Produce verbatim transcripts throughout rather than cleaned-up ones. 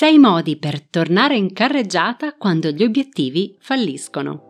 sei modi per tornare in carreggiata quando gli obiettivi falliscono.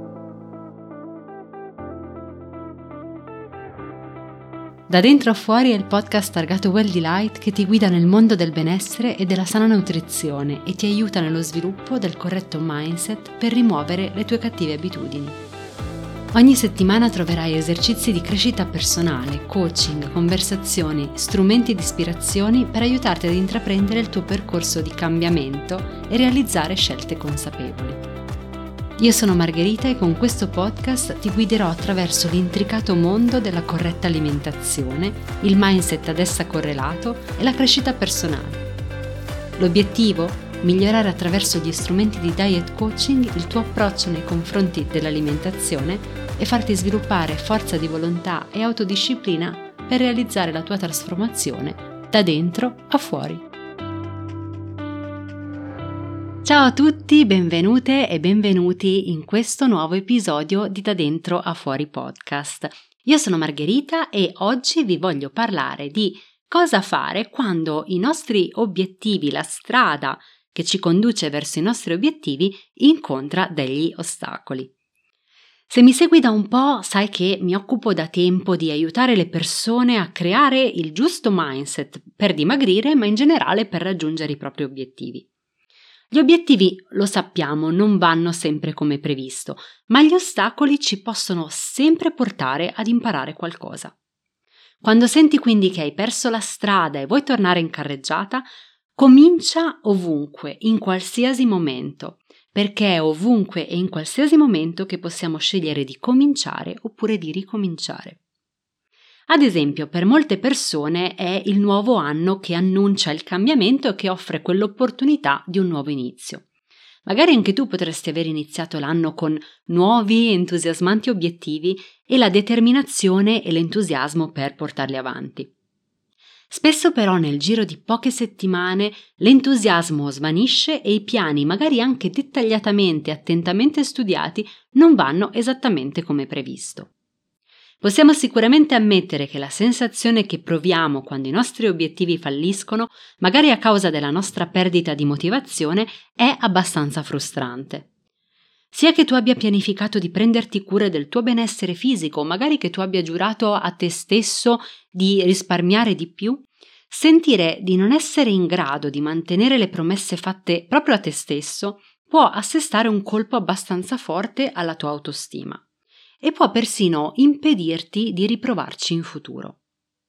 Da dentro a fuori è il podcast targato Well Delight che ti guida nel mondo del benessere e della sana nutrizione e ti aiuta nello sviluppo del corretto mindset per rimuovere le tue cattive abitudini. Ogni settimana troverai esercizi di crescita personale, coaching, conversazioni, strumenti di ispirazione per aiutarti ad intraprendere il tuo percorso di cambiamento e realizzare scelte consapevoli. Io sono Margherita e con questo podcast ti guiderò attraverso l'intricato mondo della corretta alimentazione, il mindset ad essa correlato e la crescita personale. L'obiettivo? Migliorare attraverso gli strumenti di diet coaching il tuo approccio nei confronti dell'alimentazione e farti sviluppare forza di volontà e autodisciplina per realizzare la tua trasformazione da dentro a fuori. Ciao a tutti, benvenute e benvenuti in questo nuovo episodio di Da Dentro a Fuori podcast. Io sono Margherita e oggi vi voglio parlare di cosa fare quando i nostri obiettivi, la strada che ci conduce verso i nostri obiettivi, incontra degli ostacoli. Se mi segui da un po', sai che mi occupo da tempo di aiutare le persone a creare il giusto mindset per dimagrire, ma in generale per raggiungere i propri obiettivi. Gli obiettivi, lo sappiamo, non vanno sempre come previsto, ma gli ostacoli ci possono sempre portare ad imparare qualcosa. Quando senti quindi che hai perso la strada e vuoi tornare in carreggiata, comincia ovunque, in qualsiasi momento, perché è ovunque e in qualsiasi momento che possiamo scegliere di cominciare oppure di ricominciare. Ad esempio, per molte persone è il nuovo anno che annuncia il cambiamento e che offre quell'opportunità di un nuovo inizio. Magari anche tu potresti aver iniziato l'anno con nuovi entusiasmanti obiettivi e la determinazione e l'entusiasmo per portarli avanti. Spesso però nel giro di poche settimane l'entusiasmo svanisce e i piani, magari anche dettagliatamente e attentamente studiati, non vanno esattamente come previsto. Possiamo sicuramente ammettere che la sensazione che proviamo quando i nostri obiettivi falliscono, magari a causa della nostra perdita di motivazione, è abbastanza frustrante. Sia che tu abbia pianificato di prenderti cura del tuo benessere fisico, magari che tu abbia giurato a te stesso di risparmiare di più, sentire di non essere in grado di mantenere le promesse fatte proprio a te stesso può assestare un colpo abbastanza forte alla tua autostima e può persino impedirti di riprovarci in futuro.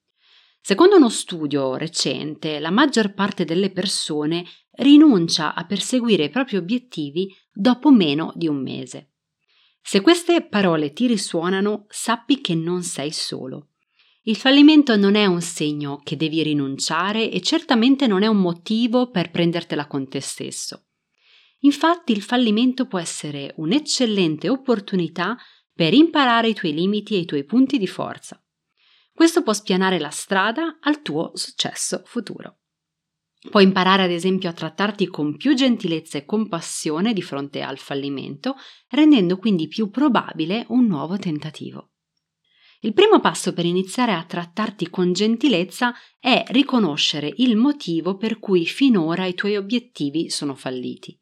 Secondo uno studio recente, la maggior parte delle persone rinuncia a perseguire i propri obiettivi dopo meno di un mese. Se queste parole ti risuonano, sappi che non sei solo. Il fallimento non è un segno che devi rinunciare e certamente non è un motivo per prendertela con te stesso. Infatti, il fallimento può essere un'eccellente opportunità per imparare i tuoi limiti e i tuoi punti di forza. Questo può spianare la strada al tuo successo futuro. Puoi imparare ad esempio a trattarti con più gentilezza e compassione di fronte al fallimento, rendendo quindi più probabile un nuovo tentativo. Il primo passo per iniziare a trattarti con gentilezza è riconoscere il motivo per cui finora i tuoi obiettivi sono falliti.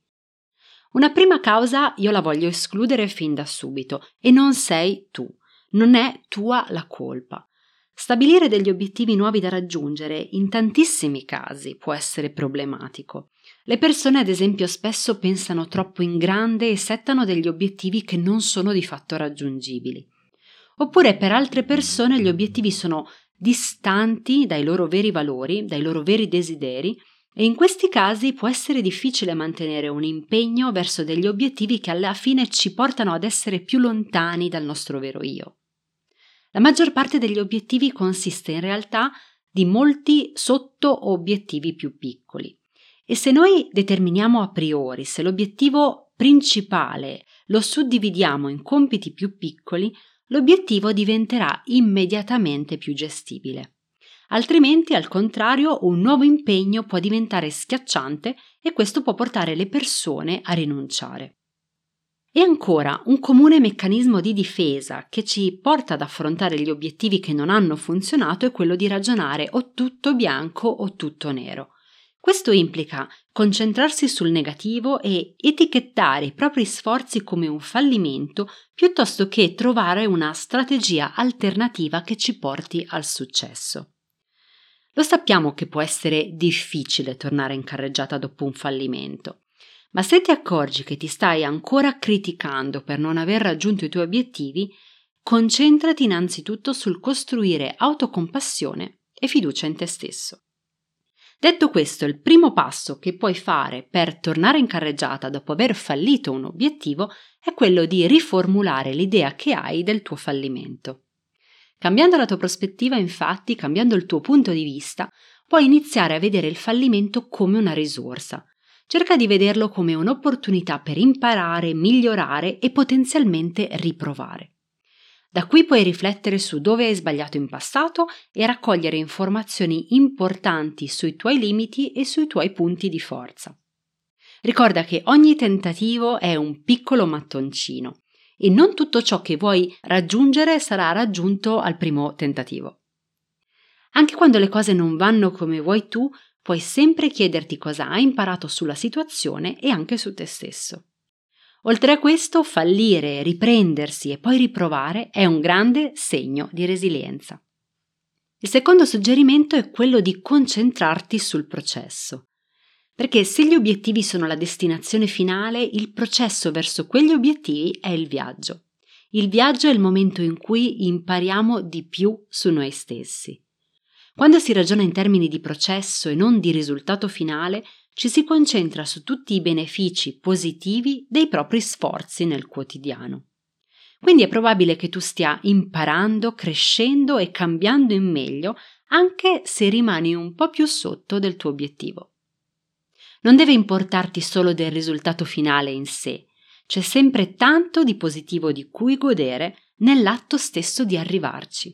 Una prima causa io la voglio escludere fin da subito e non sei tu, non è tua la colpa. Stabilire degli obiettivi nuovi da raggiungere in tantissimi casi può essere problematico. Le persone ad esempio spesso pensano troppo in grande e settano degli obiettivi che non sono di fatto raggiungibili. Oppure per altre persone gli obiettivi sono distanti dai loro veri valori, dai loro veri desideri e in questi casi può essere difficile mantenere un impegno verso degli obiettivi che alla fine ci portano ad essere più lontani dal nostro vero io. La maggior parte degli obiettivi consiste in realtà di molti sotto-obiettivi più piccoli e se noi determiniamo a priori se l'obiettivo principale lo suddividiamo in compiti più piccoli, l'obiettivo diventerà immediatamente più gestibile. Altrimenti, al contrario, un nuovo impegno può diventare schiacciante e questo può portare le persone a rinunciare. E ancora, un comune meccanismo di difesa che ci porta ad affrontare gli obiettivi che non hanno funzionato è quello di ragionare o tutto bianco o tutto nero. Questo implica concentrarsi sul negativo e etichettare i propri sforzi come un fallimento piuttosto che trovare una strategia alternativa che ci porti al successo. Lo sappiamo che può essere difficile tornare in carreggiata dopo un fallimento, ma se ti accorgi che ti stai ancora criticando per non aver raggiunto i tuoi obiettivi, concentrati innanzitutto sul costruire autocompassione e fiducia in te stesso. Detto questo, il primo passo che puoi fare per tornare in carreggiata dopo aver fallito un obiettivo è quello di riformulare l'idea che hai del tuo fallimento. Cambiando la tua prospettiva, infatti, cambiando il tuo punto di vista, puoi iniziare a vedere il fallimento come una risorsa. Cerca di vederlo come un'opportunità per imparare, migliorare e potenzialmente riprovare. Da qui puoi riflettere su dove hai sbagliato in passato e raccogliere informazioni importanti sui tuoi limiti e sui tuoi punti di forza. Ricorda che ogni tentativo è un piccolo mattoncino e non tutto ciò che vuoi raggiungere sarà raggiunto al primo tentativo. Anche quando le cose non vanno come vuoi tu, puoi sempre chiederti cosa hai imparato sulla situazione e anche su te stesso. Oltre a questo, fallire, riprendersi e poi riprovare è un grande segno di resilienza. Il secondo suggerimento è quello di concentrarti sul processo, perché se gli obiettivi sono la destinazione finale, il processo verso quegli obiettivi è il viaggio. Il viaggio è il momento in cui impariamo di più su noi stessi. Quando si ragiona in termini di processo e non di risultato finale, ci si concentra su tutti i benefici positivi dei propri sforzi nel quotidiano. Quindi è probabile che tu stia imparando, crescendo e cambiando in meglio, anche se rimani un po' più sotto del tuo obiettivo. Non deve importarti solo del risultato finale in sé, c'è sempre tanto di positivo di cui godere nell'atto stesso di arrivarci.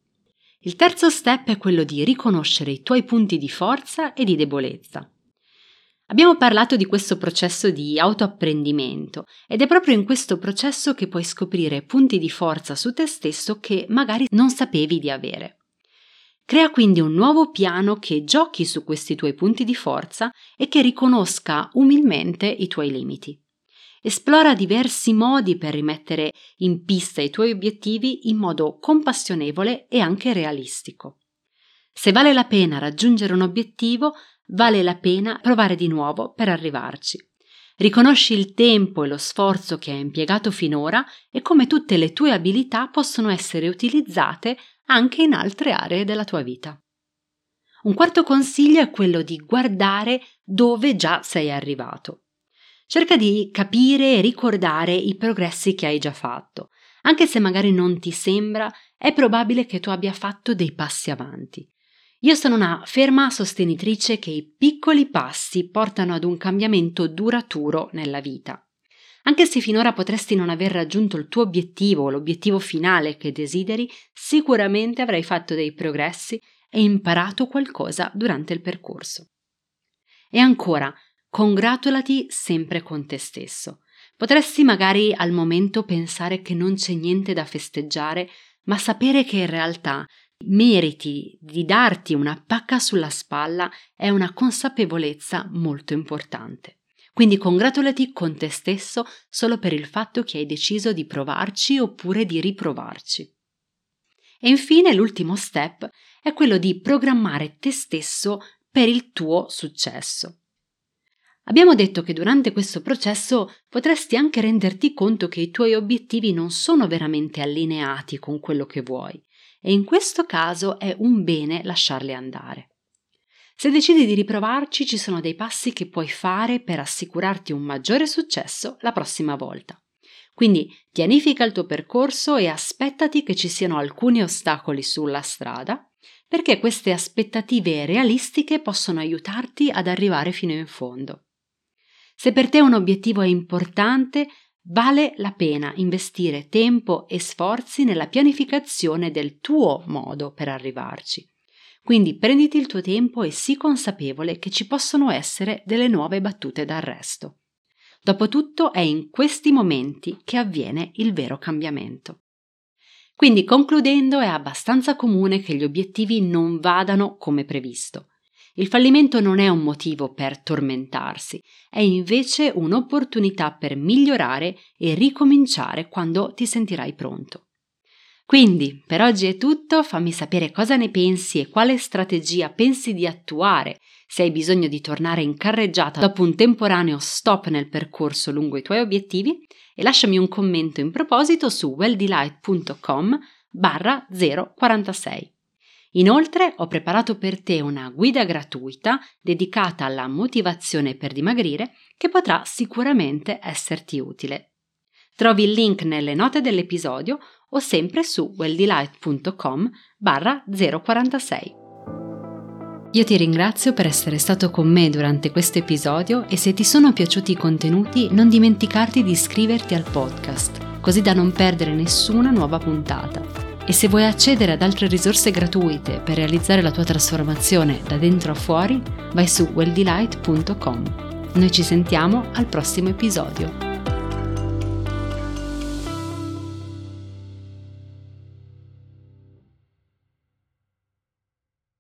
Il terzo step è quello di riconoscere i tuoi punti di forza e di debolezza. Abbiamo parlato di questo processo di autoapprendimento ed è proprio in questo processo che puoi scoprire punti di forza su te stesso che magari non sapevi di avere. Crea quindi un nuovo piano che giochi su questi tuoi punti di forza e che riconosca umilmente i tuoi limiti. Esplora diversi modi per rimettere in pista i tuoi obiettivi in modo compassionevole e anche realistico. Se vale la pena raggiungere un obiettivo, vale la pena provare di nuovo per arrivarci. Riconosci il tempo e lo sforzo che hai impiegato finora e come tutte le tue abilità possono essere utilizzate anche in altre aree della tua vita. Un quarto consiglio è quello di guardare dove già sei arrivato. Cerca di capire e ricordare i progressi che hai già fatto. Anche se magari non ti sembra, è probabile che tu abbia fatto dei passi avanti. Io sono una ferma sostenitrice che i piccoli passi portano ad un cambiamento duraturo nella vita. Anche se finora potresti non aver raggiunto il tuo obiettivo o l'obiettivo finale che desideri, sicuramente avrai fatto dei progressi e imparato qualcosa durante il percorso. E ancora, congratulati sempre con te stesso. Potresti magari al momento pensare che non c'è niente da festeggiare, ma sapere che in realtà meriti di darti una pacca sulla spalla è una consapevolezza molto importante. Quindi congratulati con te stesso solo per il fatto che hai deciso di provarci oppure di riprovarci. E infine l'ultimo step è quello di programmare te stesso per il tuo successo. Abbiamo detto che durante questo processo potresti anche renderti conto che i tuoi obiettivi non sono veramente allineati con quello che vuoi e in questo caso è un bene lasciarli andare. Se decidi di riprovarci, ci sono dei passi che puoi fare per assicurarti un maggiore successo la prossima volta. Quindi pianifica il tuo percorso e aspettati che ci siano alcuni ostacoli sulla strada, perché queste aspettative realistiche possono aiutarti ad arrivare fino in fondo. Se per te un obiettivo è importante, vale la pena investire tempo e sforzi nella pianificazione del tuo modo per arrivarci. Quindi prenditi il tuo tempo e sii consapevole che ci possono essere delle nuove battute d'arresto. Dopotutto è in questi momenti che avviene il vero cambiamento. Quindi, concludendo, è abbastanza comune che gli obiettivi non vadano come previsto. Il fallimento non è un motivo per tormentarsi, è invece un'opportunità per migliorare e ricominciare quando ti sentirai pronto. Quindi, per oggi è tutto, fammi sapere cosa ne pensi e quale strategia pensi di attuare se hai bisogno di tornare in carreggiata dopo un temporaneo stop nel percorso lungo i tuoi obiettivi e lasciami un commento in proposito su welldelight.com barra zero quarantasei. Inoltre ho preparato per te una guida gratuita dedicata alla motivazione per dimagrire che potrà sicuramente esserti utile. Trovi il link nelle note dell'episodio o sempre su welldelight.com barra zero quarantasei. Io ti ringrazio per essere stato con me durante questo episodio e se ti sono piaciuti i contenuti non dimenticarti di iscriverti al podcast, così da non perdere nessuna nuova puntata. E se vuoi accedere ad altre risorse gratuite per realizzare la tua trasformazione da dentro a fuori, vai su welldelight punto com. Noi ci sentiamo al prossimo episodio.